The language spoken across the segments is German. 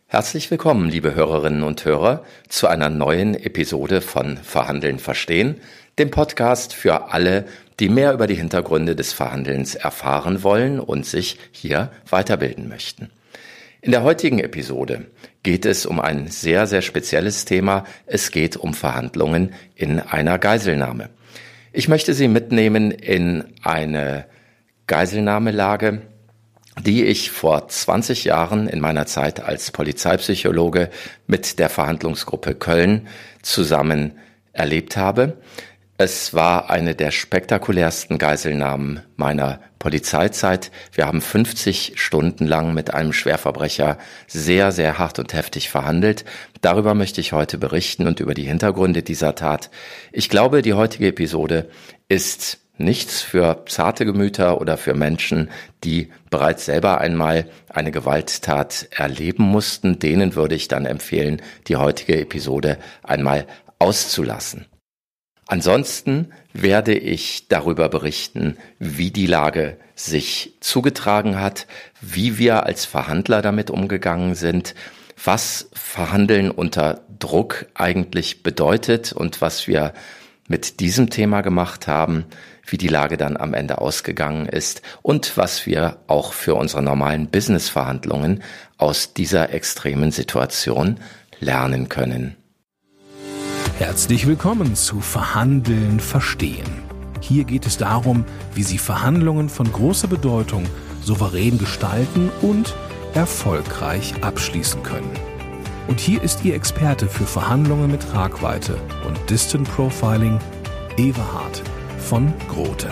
Herzlich willkommen, liebe Hörerinnen und Hörer, zu einer neuen Episode von Verhandeln verstehen, dem Podcast für alle, die mehr über die Hintergründe des Verhandelns erfahren wollen und sich hier weiterbilden möchten. In der heutigen Episode geht es um ein sehr, sehr spezielles Thema. Es geht um Verhandlungen in einer Geiselnahme. Ich möchte Sie mitnehmen in eine Geiselnahmelage, die ich vor 20 Jahren in meiner Zeit als Polizeipsychologe mit der Verhandlungsgruppe Köln zusammen erlebt habe. Es war eine der spektakulärsten Geiselnahmen meiner Polizeizeit. Wir haben 50 Stunden lang mit einem Schwerverbrecher sehr, sehr hart und heftig verhandelt. Darüber möchte ich heute berichten und über die Hintergründe dieser Tat. Ich glaube, die heutige Episode ist nichts für zarte Gemüter oder für Menschen, die bereits selber einmal eine Gewalttat erleben mussten. Denen würde ich dann empfehlen, die heutige Episode einmal auszulassen. Ansonsten werde ich darüber berichten, wie die Lage sich zugetragen hat, wie wir als Verhandler damit umgegangen sind, was Verhandeln unter Druck eigentlich bedeutet und was wir mit diesem Thema gemacht haben, wie die Lage dann am Ende ausgegangen ist und was wir auch für unsere normalen Business-Verhandlungen aus dieser extremen Situation lernen können. Herzlich willkommen zu Verhandeln verstehen. Hier geht es darum, wie Sie Verhandlungen von großer Bedeutung souverän gestalten und erfolgreich abschließen können. Und hier ist Ihr Experte für Verhandlungen mit Tragweite und Distant Profiling, Everhard von Grote.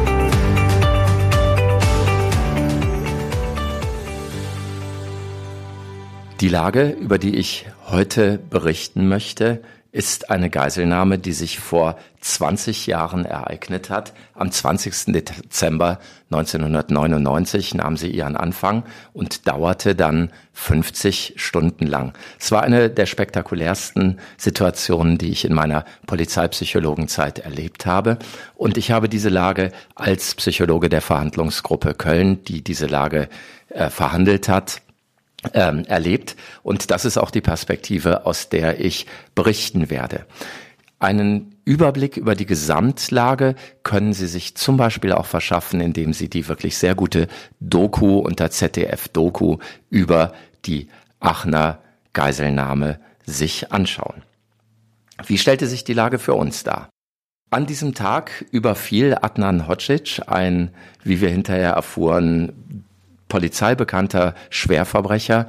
Die Lage, über die ich heute berichten möchte, ist eine Geiselnahme, die sich vor 20 Jahren ereignet hat. Am 20. Dezember 1999 nahm sie ihren Anfang und dauerte dann 50 Stunden lang. Es war eine der spektakulärsten Situationen, die ich in meiner Polizeipsychologenzeit erlebt habe. Und ich habe diese Lage als Psychologe der Verhandlungsgruppe Köln, die diese Lage verhandelt hat, erlebt. Und das ist auch die Perspektive, aus der ich berichten werde. Einen Überblick über die Gesamtlage können Sie sich zum Beispiel auch verschaffen, indem Sie die wirklich sehr gute Doku unter ZDF-Doku über die Aachener Geiselnahme sich anschauen. Wie stellte sich die Lage für uns dar? An diesem Tag überfiel Adnan Hodzic, ein, wie wir hinterher erfuhren, polizeibekannter Schwerverbrecher,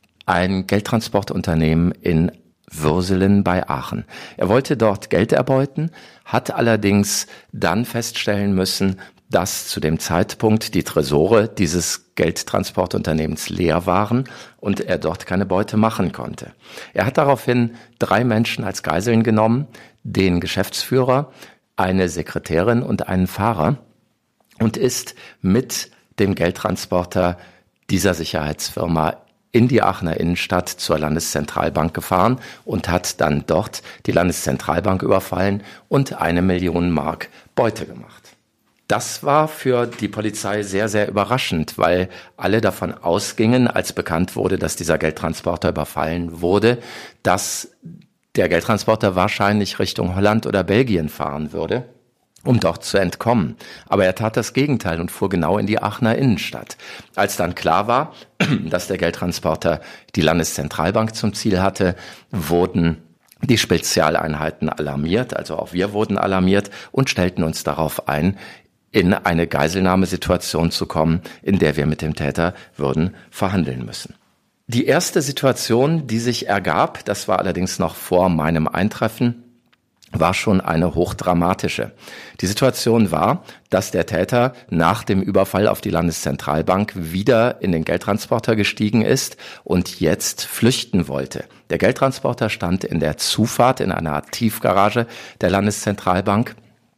ein Geldtransportunternehmen in Würselen bei Aachen. Er wollte dort Geld erbeuten, hat allerdings dann feststellen müssen, dass zu dem Zeitpunkt die Tresore dieses Geldtransportunternehmens leer waren und er dort keine Beute machen konnte. Er hat daraufhin 3 Menschen als Geiseln genommen, den Geschäftsführer, eine Sekretärin und einen Fahrer, und ist mit dem Geldtransporter dieser Sicherheitsfirma in die Aachener Innenstadt zur Landeszentralbank gefahren und hat dann dort die Landeszentralbank überfallen und 1 Million Mark Beute gemacht. Das war für die Polizei sehr, sehr überraschend, weil alle davon ausgingen, als bekannt wurde, dass dieser Geldtransporter überfallen wurde, dass der Geldtransporter wahrscheinlich Richtung Holland oder Belgien fahren würde, um dort zu entkommen. Aber er tat das Gegenteil und fuhr genau in die Aachener Innenstadt. Als dann klar war, dass der Geldtransporter die Landeszentralbank zum Ziel hatte, wurden die Spezialeinheiten alarmiert, also auch wir wurden alarmiert und stellten uns darauf ein, in eine Geiselnahmesituation zu kommen, in der wir mit dem Täter würden verhandeln müssen. Die erste Situation, die sich ergab, das war allerdings noch vor meinem Eintreffen, war schon eine hochdramatische. Die Situation war, dass der Täter nach dem Überfall auf die Landeszentralbank wieder in den Geldtransporter gestiegen ist und jetzt flüchten wollte. Der Geldtransporter stand in der Zufahrt in einer Art Tiefgarage der Landeszentralbank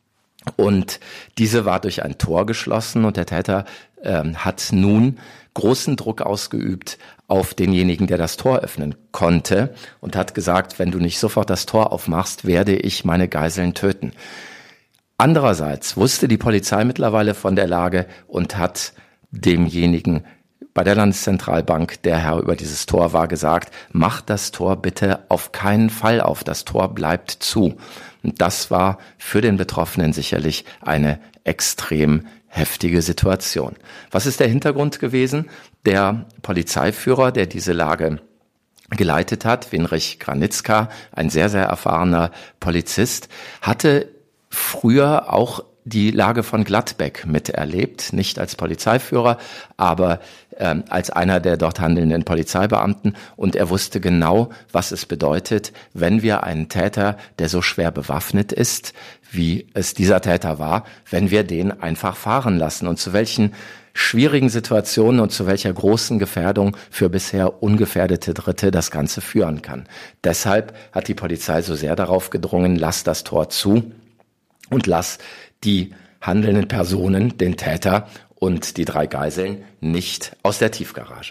und diese war durch ein Tor geschlossen und der Täter hat nun großen Druck ausgeübt auf denjenigen, der das Tor öffnen konnte und hat gesagt, wenn du nicht sofort das Tor aufmachst, werde ich meine Geiseln töten. Andererseits wusste die Polizei mittlerweile von der Lage und hat demjenigen bei der Landeszentralbank der Herr über dieses Tor war gesagt, macht das Tor bitte auf keinen Fall auf, das Tor bleibt zu. Und das war für den Betroffenen sicherlich eine extrem heftige Situation. Was ist der Hintergrund gewesen? Der Polizeiführer, der diese Lage geleitet hat, Winrich Granitzka, ein sehr, sehr erfahrener Polizist, hatte früher auch die Lage von Gladbeck miterlebt, nicht als Polizeiführer, aber als einer der dort handelnden Polizeibeamten. Und er wusste genau, was es bedeutet, wenn wir einen Täter, der so schwer bewaffnet ist, wie es dieser Täter war, wenn wir den einfach fahren lassen und zu welchen schwierigen Situationen und zu welcher großen Gefährdung für bisher ungefährdete Dritte das Ganze führen kann. Deshalb hat die Polizei so sehr darauf gedrungen, lass das Tor zu und lass die handelnden Personen, den Täter und die 3 Geiseln nicht aus der Tiefgarage.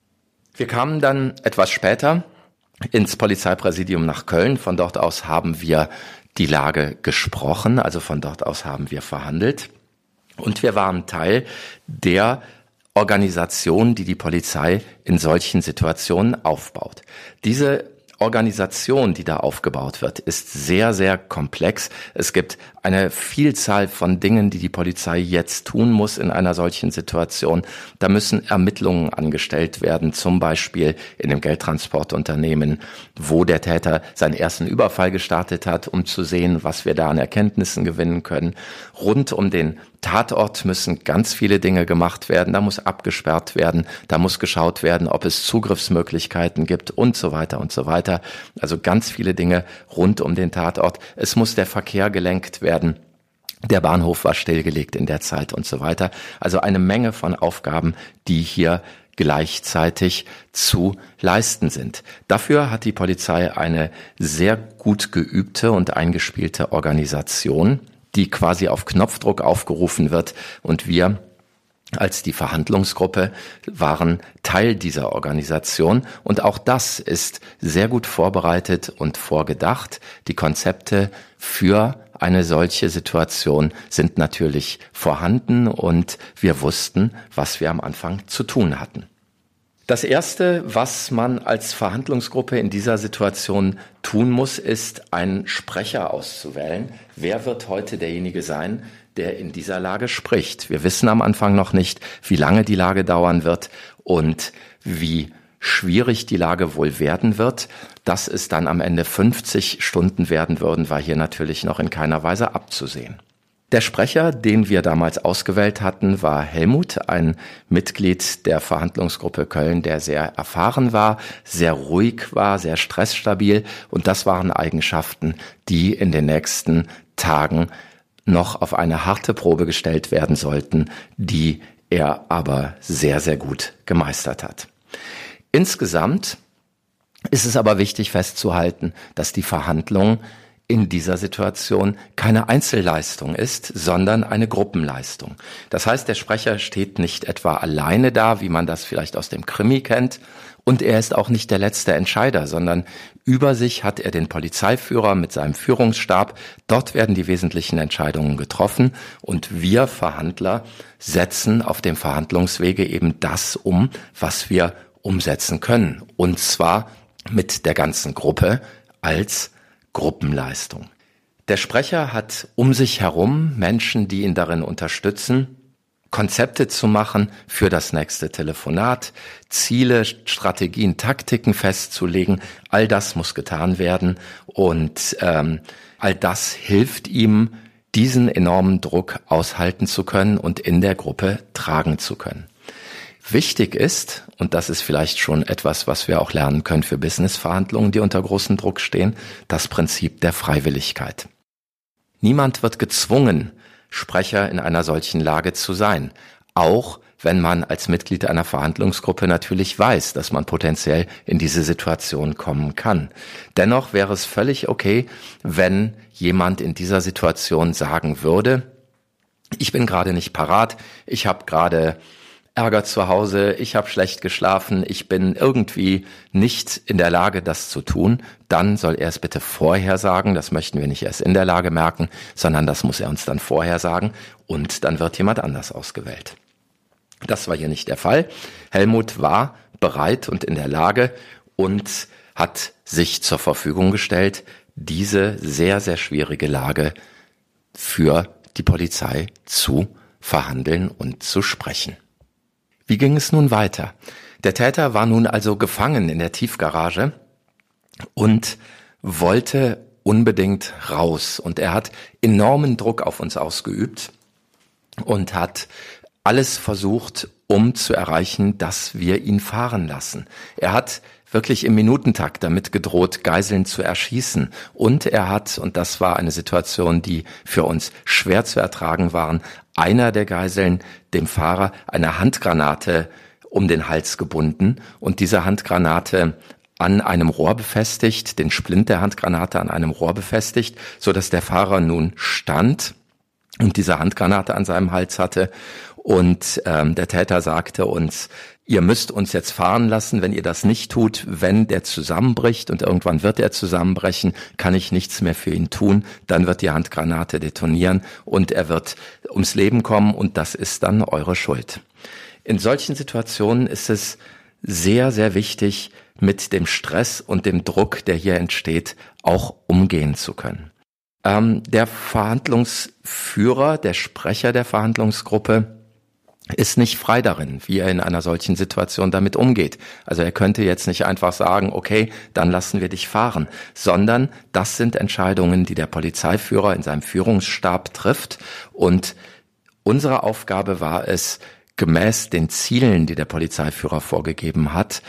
Wir kamen dann etwas später ins Polizeipräsidium nach Köln. Von dort aus haben wir die Lage gesprochen, also von dort aus haben wir verhandelt. Und wir waren Teil der Organisation, die die Polizei in solchen Situationen aufbaut. Diese Organisation, die da aufgebaut wird, ist sehr, sehr komplex. Es gibt eine Vielzahl von Dingen, die die Polizei jetzt tun muss in einer solchen Situation. Da müssen Ermittlungen angestellt werden, zum Beispiel in dem Geldtransportunternehmen, wo der Täter seinen ersten Überfall gestartet hat, um zu sehen, was wir da an Erkenntnissen gewinnen können. Rund um den Tatort müssen ganz viele Dinge gemacht werden. Da muss abgesperrt werden, da muss geschaut werden, ob es Zugriffsmöglichkeiten gibt und so weiter und so weiter. Also ganz viele Dinge rund um den Tatort. Es muss der Verkehr gelenkt werden. Der Bahnhof war stillgelegt in der Zeit und so weiter. Also eine Menge von Aufgaben, die hier gleichzeitig zu leisten sind. Dafür hat die Polizei eine sehr gut geübte und eingespielte Organisation, die quasi auf Knopfdruck aufgerufen wird, und wir als die Verhandlungsgruppe waren Teil dieser Organisation, und auch das ist sehr gut vorbereitet und vorgedacht. Die Konzepte für eine solche Situation sind natürlich vorhanden und wir wussten, was wir am Anfang zu tun hatten. Das Erste, was man als Verhandlungsgruppe in dieser Situation tun muss, ist, einen Sprecher auszuwählen. Wer wird heute derjenige sein, der in dieser Lage spricht? Wir wissen am Anfang noch nicht, wie lange die Lage dauern wird und wie schwierig die Lage wohl werden wird. Dass es dann am Ende 50 Stunden werden würden, war hier natürlich noch in keiner Weise abzusehen. Der Sprecher, den wir damals ausgewählt hatten, war Helmut, ein Mitglied der Verhandlungsgruppe Köln, der sehr erfahren war, sehr ruhig war, sehr stressstabil, und das waren Eigenschaften, die in den nächsten Tagen noch auf eine harte Probe gestellt werden sollten, die er aber sehr, sehr gut gemeistert hat. Insgesamt ist es aber wichtig festzuhalten, dass die Verhandlung in dieser Situation keine Einzelleistung ist, sondern eine Gruppenleistung. Das heißt, der Sprecher steht nicht etwa alleine da, wie man das vielleicht aus dem Krimi kennt, und er ist auch nicht der letzte Entscheider, sondern über sich hat er den Polizeiführer mit seinem Führungsstab. Dort werden die wesentlichen Entscheidungen getroffen und wir Verhandler setzen auf dem Verhandlungswege eben das um, was wir umsetzen können, und zwar mit der ganzen Gruppe als Gruppenleistung. Der Sprecher hat um sich herum Menschen, die ihn darin unterstützen, Konzepte zu machen für das nächste Telefonat, Ziele, Strategien, Taktiken festzulegen. All das muss getan werden und all das hilft ihm, diesen enormen Druck aushalten zu können und in der Gruppe tragen zu können. Wichtig ist, und das ist vielleicht schon etwas, was wir auch lernen können für Businessverhandlungen, die unter großem Druck stehen, das Prinzip der Freiwilligkeit. Niemand wird gezwungen, Sprecher in einer solchen Lage zu sein, auch wenn man als Mitglied einer Verhandlungsgruppe natürlich weiß, dass man potenziell in diese Situation kommen kann. Dennoch wäre es völlig okay, wenn jemand in dieser Situation sagen würde, ich bin gerade nicht parat, ich habe gerade Ärger zu Hause, ich habe schlecht geschlafen, ich bin irgendwie nicht in der Lage, das zu tun, dann soll er es bitte vorher sagen. Das möchten wir nicht erst in der Lage merken, sondern das muss er uns dann vorher sagen, und dann wird jemand anders ausgewählt. Das war hier nicht der Fall. Helmut war bereit und in der Lage und hat sich zur Verfügung gestellt, diese sehr, sehr schwierige Lage für die Polizei zu verhandeln und zu sprechen. Wie ging es nun weiter? Der Täter war nun also gefangen in der Tiefgarage und wollte unbedingt raus. Und er hat enormen Druck auf uns ausgeübt und hat alles versucht, um zu erreichen, dass wir ihn fahren lassen. Er hat wirklich im Minutentakt damit gedroht, Geiseln zu erschießen. Und er hat, und das war eine Situation, die für uns schwer zu ertragen war, einer der Geiseln, dem Fahrer, eine Handgranate um den Hals gebunden und diese Handgranate an einem Rohr befestigt, den Splint der Handgranate an einem Rohr befestigt, so dass der Fahrer nun stand und diese Handgranate an seinem Hals hatte. Und der Täter sagte uns, ihr müsst uns jetzt fahren lassen, wenn ihr das nicht tut, wenn der zusammenbricht und irgendwann wird er zusammenbrechen, kann ich nichts mehr für ihn tun, dann wird die Handgranate detonieren und er wird ums Leben kommen und das ist dann eure Schuld. In solchen Situationen ist es sehr, sehr wichtig, mit dem Stress und dem Druck, der hier entsteht, auch umgehen zu können. Der Verhandlungsführer, der Sprecher der Verhandlungsgruppe, ist nicht frei darin, wie er in einer solchen Situation damit umgeht. Also er könnte jetzt nicht einfach sagen, okay, dann lassen wir dich fahren, sondern das sind Entscheidungen, die der Polizeiführer in seinem Führungsstab trifft. Und unsere Aufgabe war es, gemäß den Zielen, die der Polizeiführer vorgegeben hat,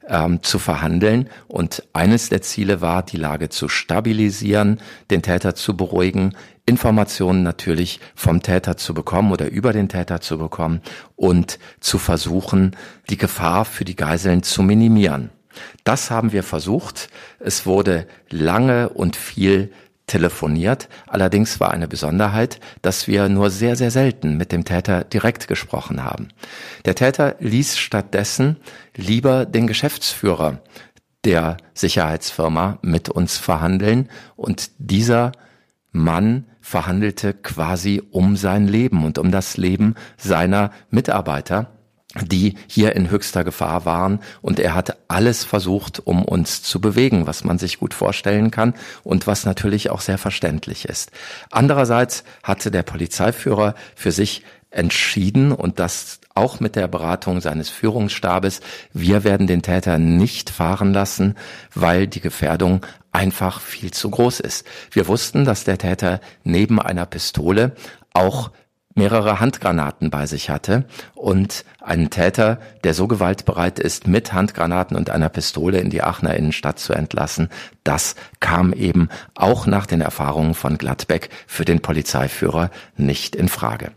zu verhandeln. Und eines der Ziele war, die Lage zu stabilisieren, den Täter zu beruhigen, Informationen natürlich vom Täter zu bekommen oder über den Täter zu bekommen und zu versuchen, die Gefahr für die Geiseln zu minimieren. Das haben wir versucht. Es wurde lange und viel telefoniert. Allerdings war eine Besonderheit, dass wir nur sehr, sehr selten mit dem Täter direkt gesprochen haben. Der Täter ließ stattdessen lieber den Geschäftsführer der Sicherheitsfirma mit uns verhandeln und dieser Mann verhandelte quasi um sein Leben und um das Leben seiner Mitarbeiter, die hier in höchster Gefahr waren, und er hat alles versucht, um uns zu bewegen, was man sich gut vorstellen kann und was natürlich auch sehr verständlich ist. Andererseits hatte der Polizeiführer für sich entschieden, und das auch mit der Beratung seines Führungsstabes, wir werden den Täter nicht fahren lassen, weil die Gefährdung einfach viel zu groß ist. Wir wussten, dass der Täter neben einer Pistole auch mehrere Handgranaten bei sich hatte, und einen Täter, der so gewaltbereit ist, mit Handgranaten und einer Pistole in die Aachener Innenstadt zu entlassen, das kam eben auch nach den Erfahrungen von Gladbeck für den Polizeiführer nicht in Frage.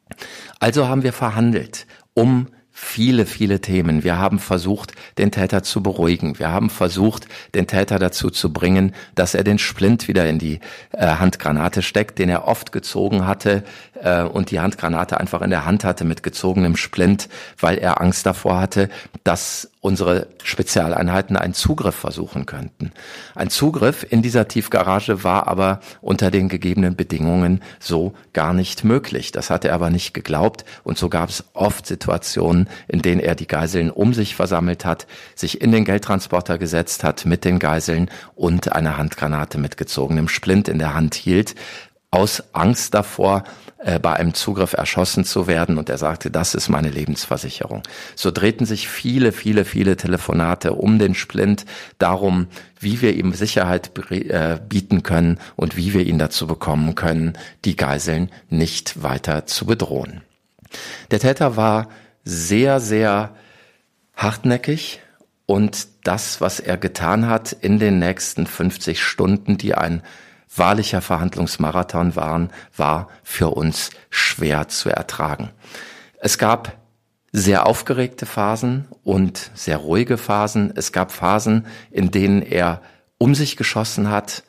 Also haben wir verhandelt um viele, viele Themen. Wir haben versucht, den Täter zu beruhigen. Wir haben versucht, den Täter dazu zu bringen, dass er den Splint wieder in die Handgranate steckt, den er oft gezogen hatte und die Handgranate einfach in der Hand hatte mit gezogenem Splint, weil er Angst davor hatte, dass unsere Spezialeinheiten einen Zugriff versuchen könnten. Ein Zugriff in dieser Tiefgarage war aber unter den gegebenen Bedingungen so gar nicht möglich. Das hat er aber nicht geglaubt, und so gab es oft Situationen, in denen er die Geiseln um sich versammelt hat, sich in den Geldtransporter gesetzt hat mit den Geiseln und eine Handgranate mit gezogenem Splint in der Hand hielt, aus Angst davor, bei einem Zugriff erschossen zu werden, und er sagte, das ist meine Lebensversicherung. So drehten sich viele, viele, viele Telefonate um den Splint, darum, wie wir ihm Sicherheit bieten können und wie wir ihn dazu bekommen können, die Geiseln nicht weiter zu bedrohen. Der Täter war sehr, sehr hartnäckig, und das, was er getan hat in den nächsten 50 Stunden, die ein wahrlicher Verhandlungsmarathon waren, war für uns schwer zu ertragen. Es gab sehr aufgeregte Phasen und sehr ruhige Phasen. Es gab Phasen, in denen er um sich geschossen hat.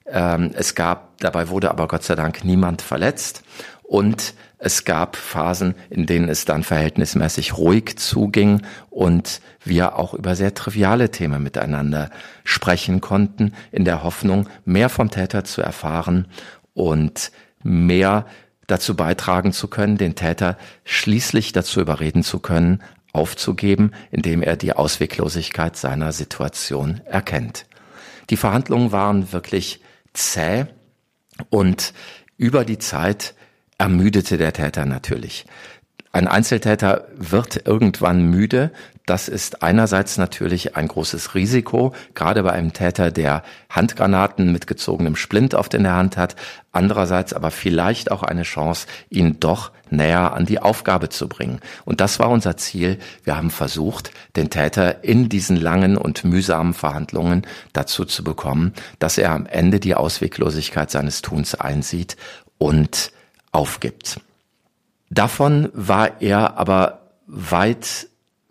Dabei wurde aber Gott sei Dank niemand verletzt. Und es gab Phasen, in denen es dann verhältnismäßig ruhig zuging und wir auch über sehr triviale Themen miteinander sprechen konnten, in der Hoffnung, mehr vom Täter zu erfahren und mehr dazu beitragen zu können, den Täter schließlich dazu überreden zu können, aufzugeben, indem er die Ausweglosigkeit seiner Situation erkennt. Die Verhandlungen waren wirklich zäh und über die Zeit ermüdete der Täter natürlich. Ein Einzeltäter wird irgendwann müde. Das ist einerseits natürlich ein großes Risiko, gerade bei einem Täter, der Handgranaten mit gezogenem Splint oft in der Hand hat. Andererseits aber vielleicht auch eine Chance, ihn doch näher an die Aufgabe zu bringen. Und das war unser Ziel. Wir haben versucht, den Täter in diesen langen und mühsamen Verhandlungen dazu zu bekommen, dass er am Ende die Ausweglosigkeit seines Tuns einsieht und aufgibt. Davon war er aber weit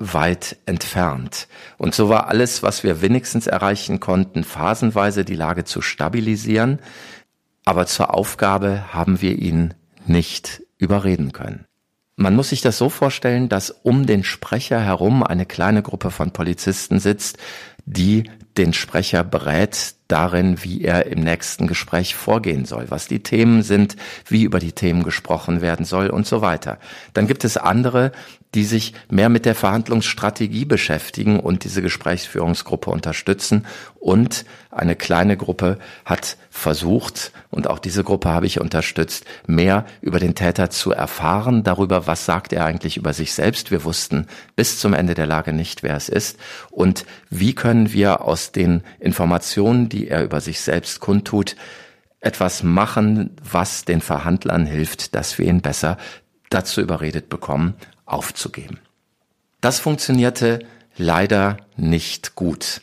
entfernt. Und so war alles, was wir wenigstens erreichen konnten, phasenweise die Lage zu stabilisieren. Aber zur Aufgabe haben wir ihn nicht überreden können. Man muss sich das so vorstellen, dass um den Sprecher herum eine kleine Gruppe von Polizisten sitzt, die den Sprecher berät darin, wie er im nächsten Gespräch vorgehen soll, was die Themen sind, wie über die Themen gesprochen werden soll und so weiter. Dann gibt es andere, die sich mehr mit der Verhandlungsstrategie beschäftigen und diese Gesprächsführungsgruppe unterstützen. Und eine kleine Gruppe hat versucht, und auch diese Gruppe habe ich unterstützt, mehr über den Täter zu erfahren, darüber, was sagt er eigentlich über sich selbst. Wir wussten bis zum Ende der Lage nicht, wer es ist. Und wie können wir aus den Informationen, die er über sich selbst kundtut, etwas machen, was den Verhandlern hilft, dass wir ihn besser dazu überredet bekommen, aufzugeben. Das funktionierte leider nicht gut.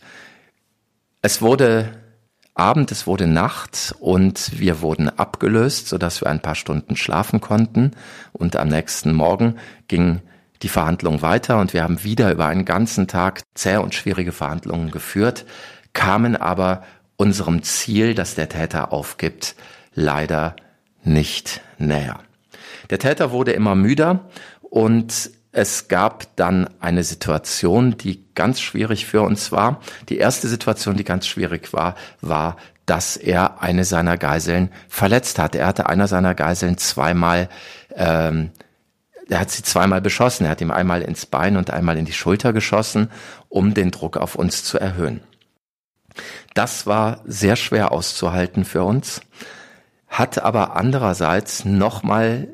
Es wurde Abend, es wurde Nacht und wir wurden abgelöst, sodass wir ein paar Stunden schlafen konnten. Und am nächsten Morgen ging die Verhandlung weiter und wir haben wieder über einen ganzen Tag zähe und schwierige Verhandlungen geführt, kamen aber unserem Ziel, dass der Täter aufgibt, leider nicht näher. Der Täter wurde immer müder und es gab dann eine Situation, die ganz schwierig für uns war. Die erste Situation, die ganz schwierig war, dass er eine seiner Geiseln verletzt hat. Er hatte einer seiner Geiseln zweimal beschossen. Er hat ihm einmal ins Bein und einmal in die Schulter geschossen, um den Druck auf uns zu erhöhen. Das war sehr schwer auszuhalten für uns, hat aber andererseits nochmal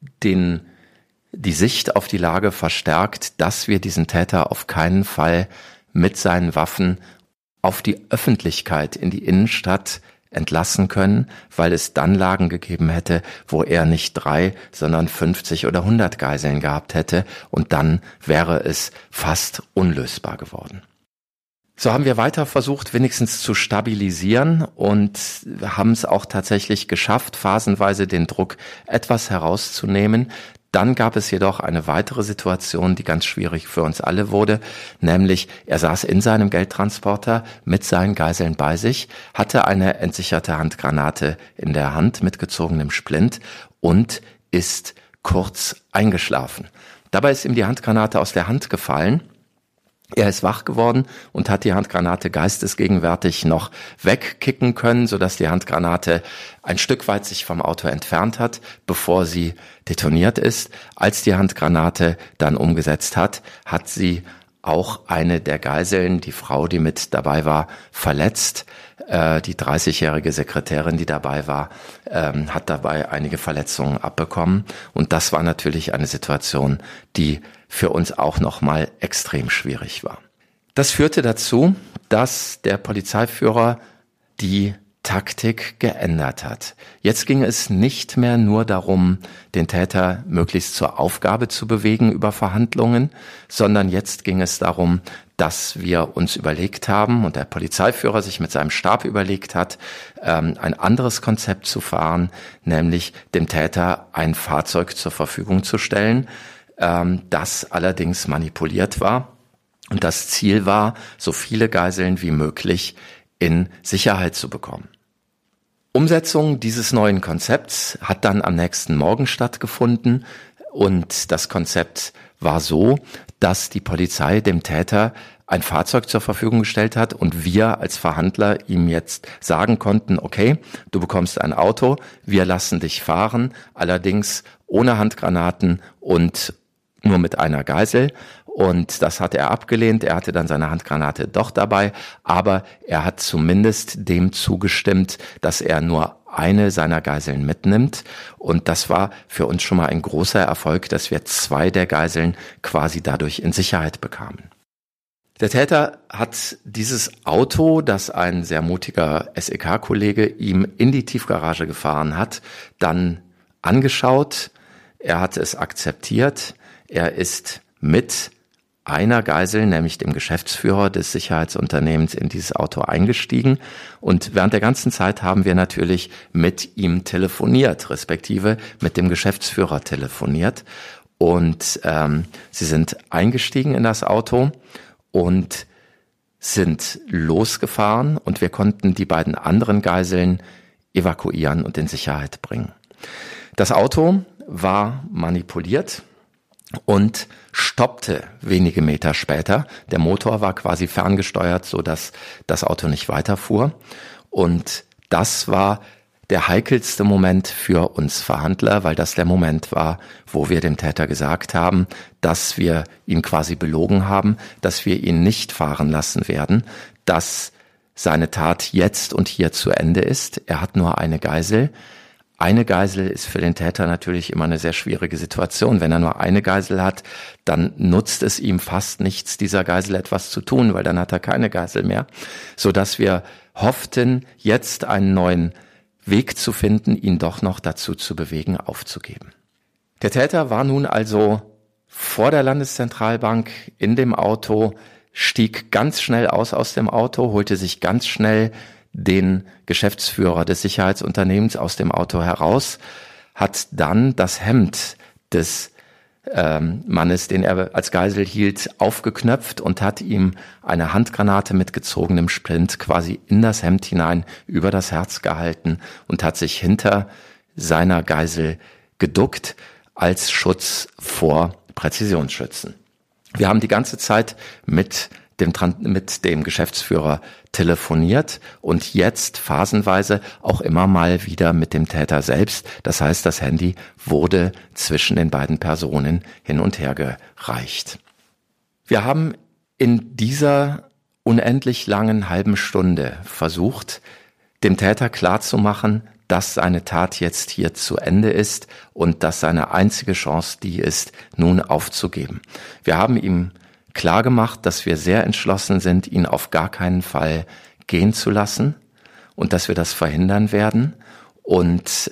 die Sicht auf die Lage verstärkt, dass wir diesen Täter auf keinen Fall mit seinen Waffen auf die Öffentlichkeit in die Innenstadt entlassen können, weil es dann Lagen gegeben hätte, wo er nicht 3, sondern 50 oder 100 Geiseln gehabt hätte und dann wäre es fast unlösbar geworden. So haben wir weiter versucht, wenigstens zu stabilisieren und haben es auch tatsächlich geschafft, phasenweise den Druck etwas herauszunehmen. Dann gab es jedoch eine weitere Situation, die ganz schwierig für uns alle wurde, nämlich er saß in seinem Geldtransporter mit seinen Geiseln bei sich, hatte eine entsicherte Handgranate in der Hand mit gezogenem Splint und ist kurz eingeschlafen. Dabei ist ihm die Handgranate aus der Hand gefallen. Er ist wach geworden und hat die Handgranate geistesgegenwärtig noch wegkicken können, sodass die Handgranate ein Stück weit sich vom Auto entfernt hat, bevor sie detoniert ist. Als die Handgranate dann umgesetzt hat, hat sie auch eine der Geiseln, die Frau, die mit dabei war, verletzt. Die 30-jährige Sekretärin, die dabei war, hat dabei einige Verletzungen abbekommen. Und das war natürlich eine Situation, die für uns auch nochmal extrem schwierig war. Das führte dazu, dass der Polizeiführer die Taktik geändert hat. Jetzt ging es nicht mehr nur darum, den Täter möglichst zur Aufgabe zu bewegen über Verhandlungen, sondern jetzt ging es darum, dass wir uns überlegt haben und der Polizeiführer sich mit seinem Stab überlegt hat, ein anderes Konzept zu fahren, nämlich dem Täter ein Fahrzeug zur Verfügung zu stellen, das allerdings manipuliert war. Und das Ziel war, so viele Geiseln wie möglich in Sicherheit zu bekommen. Umsetzung dieses neuen Konzepts hat dann am nächsten Morgen stattgefunden und das Konzept war so, dass die Polizei dem Täter ein Fahrzeug zur Verfügung gestellt hat und wir als Verhandler ihm jetzt sagen konnten, okay, du bekommst ein Auto, wir lassen dich fahren, allerdings ohne Handgranaten und nur mit einer Geisel. Und das hat er abgelehnt. Er hatte dann seine Handgranate doch dabei, aber er hat zumindest dem zugestimmt, dass er nur eine seiner Geiseln mitnimmt. Und das war für uns schon mal ein großer Erfolg, dass wir 2 der Geiseln quasi dadurch in Sicherheit bekamen. Der Täter hat dieses Auto, das ein sehr mutiger SEK-Kollege ihm in die Tiefgarage gefahren hat, dann angeschaut. Er hat es akzeptiert. Er ist mit einer Geisel, nämlich dem Geschäftsführer des Sicherheitsunternehmens, in dieses Auto eingestiegen. Und während der ganzen Zeit haben wir natürlich mit ihm telefoniert, respektive mit dem Geschäftsführer telefoniert. Und sie sind eingestiegen in das Auto und sind losgefahren und wir konnten die beiden anderen Geiseln evakuieren und in Sicherheit bringen. Das Auto war manipuliert und stoppte wenige Meter später. Der Motor war quasi ferngesteuert, sodass das Auto nicht weiterfuhr. Und das war der heikelste Moment für uns Verhandler, weil das der Moment war, wo wir dem Täter gesagt haben, dass wir ihn quasi belogen haben, dass wir ihn nicht fahren lassen werden, dass seine Tat jetzt und hier zu Ende ist. Er hat nur eine Geisel. Eine Geisel ist für den Täter natürlich immer eine sehr schwierige Situation. Wenn er nur eine Geisel hat, dann nutzt es ihm fast nichts, dieser Geisel etwas zu tun, weil dann hat er keine Geisel mehr. Sodass wir hofften, jetzt einen neuen Weg zu finden, ihn doch noch dazu zu bewegen, aufzugeben. Der Täter war nun also vor der Landeszentralbank in dem Auto, stieg ganz schnell aus dem Auto, holte sich ganz schnell den Geschäftsführer des Sicherheitsunternehmens aus dem Auto heraus, hat dann das Hemd des Mannes, den er als Geisel hielt, aufgeknöpft und hat ihm eine Handgranate mit gezogenem Splint quasi in das Hemd hinein über das Herz gehalten und hat sich hinter seiner Geisel geduckt als Schutz vor Präzisionsschützen. Wir haben die ganze Zeit mit dem Geschäftsführer telefoniert und jetzt phasenweise auch immer mal wieder mit dem Täter selbst. Das heißt, das Handy wurde zwischen den beiden Personen hin und her gereicht. Wir haben in dieser unendlich langen halben Stunde versucht, dem Täter klarzumachen, dass seine Tat jetzt hier zu Ende ist und dass seine einzige Chance die ist, nun aufzugeben. Wir haben ihm klar gemacht, dass wir sehr entschlossen sind, ihn auf gar keinen Fall gehen zu lassen und dass wir das verhindern werden. Und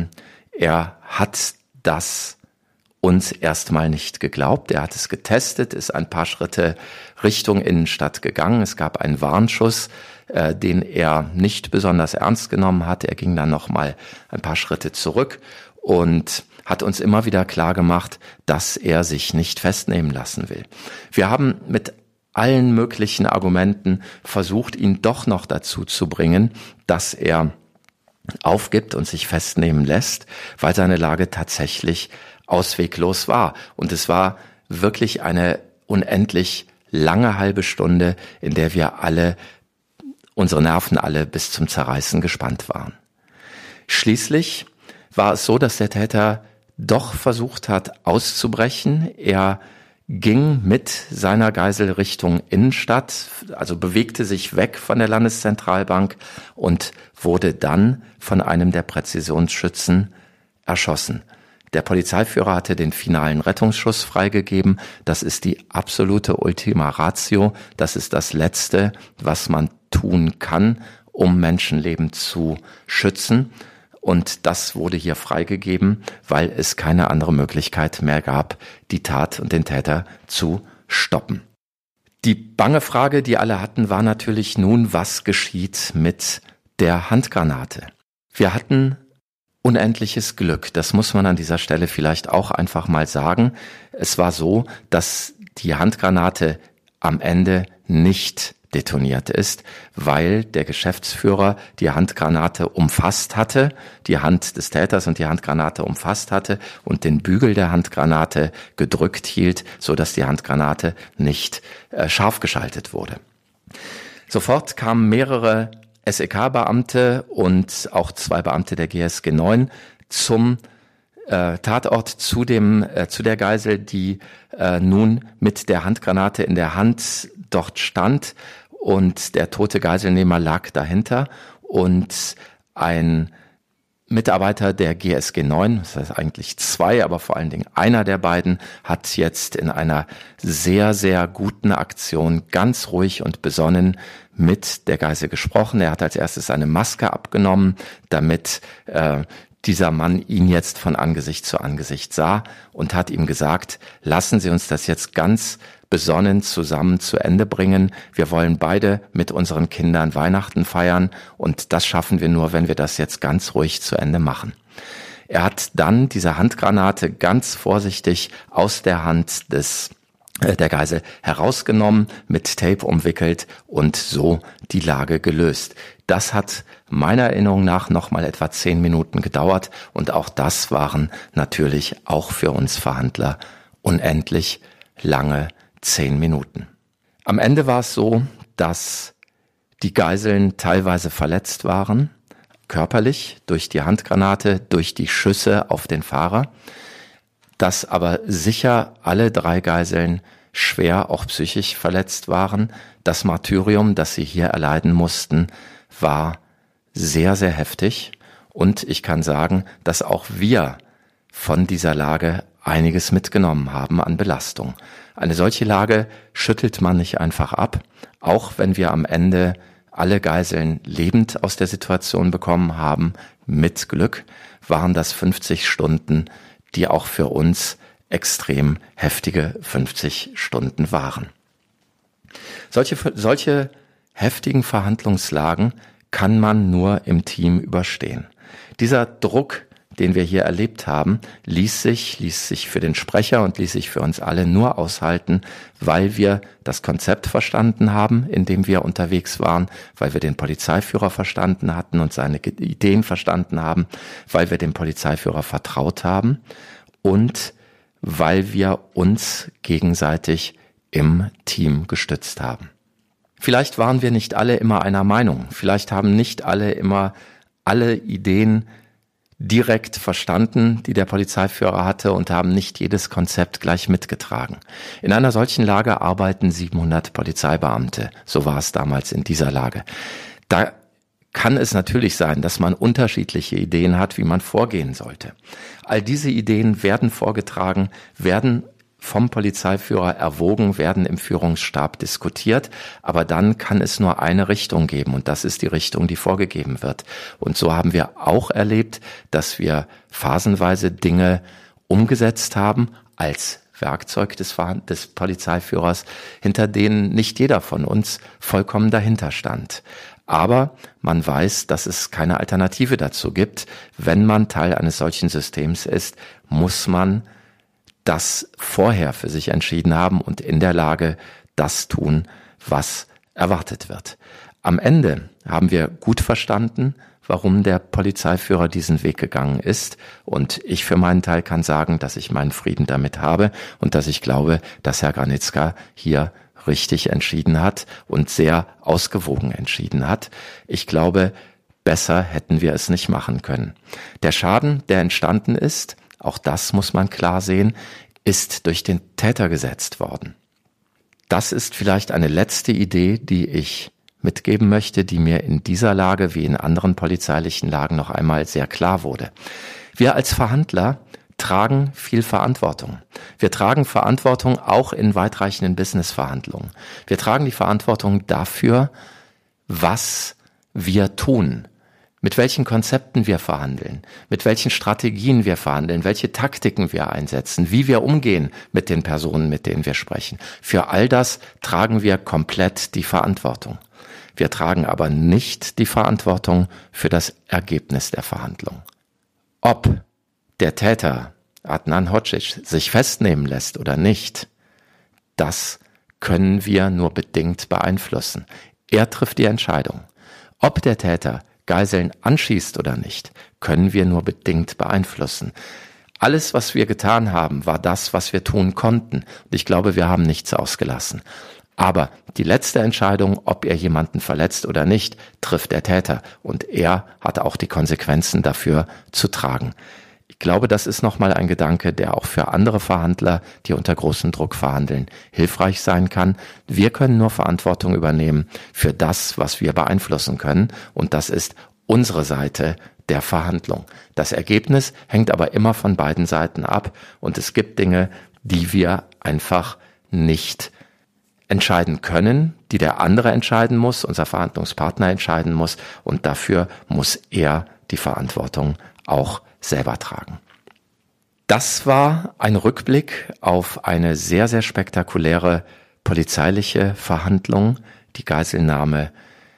er hat das uns erstmal nicht geglaubt. Er hat es getestet, ist ein paar Schritte Richtung Innenstadt gegangen. Es gab einen Warnschuss, den er nicht besonders ernst genommen hat. Er ging dann noch mal ein paar Schritte zurück und hat uns immer wieder klar gemacht, dass er sich nicht festnehmen lassen will. Wir haben mit allen möglichen Argumenten versucht, ihn doch noch dazu zu bringen, dass er aufgibt und sich festnehmen lässt, weil seine Lage tatsächlich ausweglos war. Und es war wirklich eine unendlich lange halbe Stunde, in der wir unsere Nerven alle bis zum Zerreißen gespannt waren. Schließlich war es so, dass der Täter doch versucht hat, auszubrechen. Er ging mit seiner Geisel Richtung Innenstadt, also bewegte sich weg von der Landeszentralbank und wurde dann von einem der Präzisionsschützen erschossen. Der Polizeiführer hatte den finalen Rettungsschuss freigegeben. Das ist die absolute Ultima Ratio. Das ist das Letzte, was man tun kann, um Menschenleben zu schützen. Und das wurde hier freigegeben, weil es keine andere Möglichkeit mehr gab, die Tat und den Täter zu stoppen. Die bange Frage, die alle hatten, war natürlich nun, was geschieht mit der Handgranate? Wir hatten unendliches Glück. Das muss man an dieser Stelle vielleicht auch einfach mal sagen. Es war so, dass die Handgranate am Ende nicht detoniert ist, weil der Geschäftsführer die Handgranate umfasst hatte, die Hand des Täters und die Handgranate umfasst hatte und den Bügel der Handgranate gedrückt hielt, so dass die Handgranate nicht scharf geschaltet wurde. Sofort kamen mehrere SEK-Beamte und auch 2 Beamte der GSG 9 zum Tatort zu der Geisel, die nun mit der Handgranate in der Hand dort stand, und der tote Geiselnehmer lag dahinter, und ein Mitarbeiter der GSG 9, das heißt eigentlich 2, aber vor allen Dingen einer der beiden, hat jetzt in einer sehr, sehr guten Aktion ganz ruhig und besonnen mit der Geisel gesprochen. Er hat als erstes seine Maske abgenommen, damit dieser Mann ihn jetzt von Angesicht zu Angesicht sah, und hat ihm gesagt: Lassen Sie uns das jetzt ganz besonnen zusammen zu Ende bringen. Wir wollen beide mit unseren Kindern Weihnachten feiern, und das schaffen wir nur, wenn wir das jetzt ganz ruhig zu Ende machen. Er hat dann diese Handgranate ganz vorsichtig aus der Hand der Geisel herausgenommen, mit Tape umwickelt und so die Lage gelöst. Das hat meiner Erinnerung nach nochmal etwa 10 Minuten gedauert, und auch das waren natürlich auch für uns Verhandler unendlich lange 10 Minuten. Am Ende war es so, dass die Geiseln teilweise verletzt waren, körperlich durch die Handgranate, durch die Schüsse auf den Fahrer, dass aber sicher alle 3 Geiseln schwer auch psychisch verletzt waren. Das Martyrium, das sie hier erleiden mussten, war sehr, sehr heftig, und ich kann sagen, dass auch wir von dieser Lage einiges mitgenommen haben an Belastung. Eine solche Lage schüttelt man nicht einfach ab, auch wenn wir am Ende alle Geiseln lebend aus der Situation bekommen haben. Mit Glück waren das 50 Stunden, die auch für uns extrem heftige 50 Stunden waren. Solche heftigen Verhandlungslagen kann man nur im Team überstehen. Dieser Druck, den wir hier erlebt haben, ließ sich für den Sprecher und ließ sich für uns alle nur aushalten, weil wir das Konzept verstanden haben, in dem wir unterwegs waren, weil wir den Polizeiführer verstanden hatten und seine Ideen verstanden haben, weil wir dem Polizeiführer vertraut haben und weil wir uns gegenseitig im Team gestützt haben. Vielleicht waren wir nicht alle immer einer Meinung, vielleicht haben nicht alle immer alle Ideen direkt verstanden, die der Polizeiführer hatte, und haben nicht jedes Konzept gleich mitgetragen. In einer solchen Lage arbeiten 700 Polizeibeamte, so war es damals in dieser Lage. Da kann es natürlich sein, dass man unterschiedliche Ideen hat, wie man vorgehen sollte. All diese Ideen werden vorgetragen, werden vom Polizeiführer erwogen, werden im Führungsstab diskutiert, aber dann kann es nur eine Richtung geben, und das ist die Richtung, die vorgegeben wird. Und so haben wir auch erlebt, dass wir phasenweise Dinge umgesetzt haben als Werkzeug des Polizeiführers, hinter denen nicht jeder von uns vollkommen dahinter stand. Aber man weiß, dass es keine Alternative dazu gibt. Wenn man Teil eines solchen Systems ist, muss man das vorher für sich entschieden haben und in der Lage, das tun, was erwartet wird. Am Ende haben wir gut verstanden, warum der Polizeiführer diesen Weg gegangen ist, und ich für meinen Teil kann sagen, dass ich meinen Frieden damit habe und dass ich glaube, dass Herr Granitzka hier richtig entschieden hat und sehr ausgewogen entschieden hat. Ich glaube, besser hätten wir es nicht machen können. Der Schaden, der entstanden ist, auch das muss man klar sehen, ist durch den Täter gesetzt worden. Das ist vielleicht eine letzte Idee, die ich mitgeben möchte, die mir in dieser Lage wie in anderen polizeilichen Lagen noch einmal sehr klar wurde. Wir als Verhandler tragen viel Verantwortung. Wir tragen Verantwortung auch in weitreichenden Businessverhandlungen. Wir tragen die Verantwortung dafür, was wir tun, mit welchen Konzepten wir verhandeln, mit welchen Strategien wir verhandeln, welche Taktiken wir einsetzen, wie wir umgehen mit den Personen, mit denen wir sprechen. Für all das tragen wir komplett die Verantwortung. Wir tragen aber nicht die Verantwortung für das Ergebnis der Verhandlung. Ob der Täter Adnan Hodzic sich festnehmen lässt oder nicht, das können wir nur bedingt beeinflussen. Er trifft die Entscheidung. Ob der Täter Geiseln anschießt oder nicht, können wir nur bedingt beeinflussen. Alles, was wir getan haben, war das, was wir tun konnten. Und ich glaube, wir haben nichts ausgelassen. Aber die letzte Entscheidung, ob er jemanden verletzt oder nicht, trifft der Täter. Und er hat auch die Konsequenzen dafür zu tragen. Ich glaube, das ist nochmal ein Gedanke, der auch für andere Verhandler, die unter großem Druck verhandeln, hilfreich sein kann. Wir können nur Verantwortung übernehmen für das, was wir beeinflussen können. Und das ist unsere Seite der Verhandlung. Das Ergebnis hängt aber immer von beiden Seiten ab. Und es gibt Dinge, die wir einfach nicht entscheiden können, die der andere entscheiden muss, unser Verhandlungspartner entscheiden muss. Und dafür muss er die Verantwortung auch selber tragen. Das war ein Rückblick auf eine sehr, sehr spektakuläre polizeiliche Verhandlung, die Geiselnahme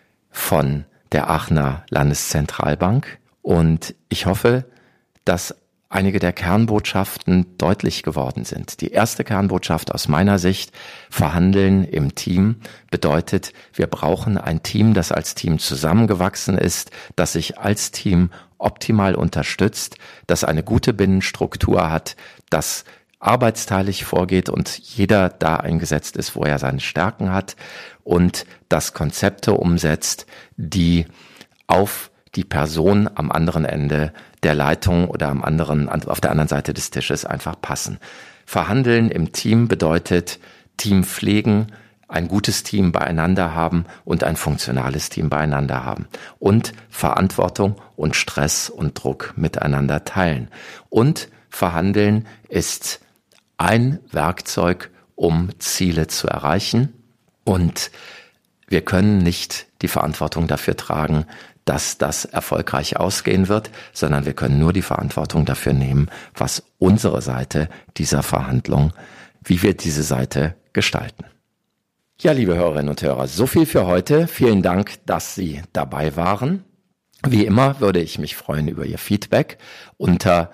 von der Aachener Landeszentralbank. Und ich hoffe, dass einige der Kernbotschaften deutlich geworden sind. Die erste Kernbotschaft aus meiner Sicht: Verhandeln im Team bedeutet, wir brauchen ein Team, das als Team zusammengewachsen ist, das sich als Team optimal unterstützt, das eine gute Binnenstruktur hat, das arbeitsteilig vorgeht und jeder da eingesetzt ist, wo er seine Stärken hat, und das Konzepte umsetzt, die auf die Person am anderen Ende der Leitung oder auf der anderen Seite des Tisches einfach passen. Verhandeln im Team bedeutet Team pflegen, ein gutes Team beieinander haben und ein funktionales Team beieinander haben und Verantwortung und Stress und Druck miteinander teilen. Und Verhandeln ist ein Werkzeug, um Ziele zu erreichen, und wir können nicht die Verantwortung dafür tragen, dass das erfolgreich ausgehen wird, sondern wir können nur die Verantwortung dafür nehmen, was unsere Seite dieser Verhandlung, wie wir diese Seite gestalten. Ja, liebe Hörerinnen und Hörer, so viel für heute. Vielen Dank, dass Sie dabei waren. Wie immer würde ich mich freuen über Ihr Feedback unter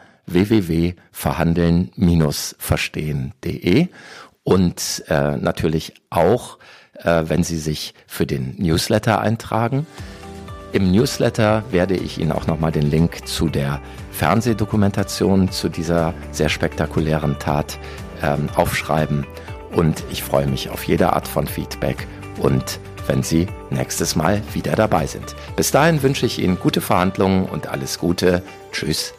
www.verhandeln-verstehen.de und natürlich auch, wenn Sie sich für den Newsletter eintragen. Im Newsletter werde ich Ihnen auch nochmal den Link zu der Fernsehdokumentation, zu dieser sehr spektakulären Tat aufschreiben. Und ich freue mich auf jede Art von Feedback und wenn Sie nächstes Mal wieder dabei sind. Bis dahin wünsche ich Ihnen gute Verhandlungen und alles Gute. Tschüss.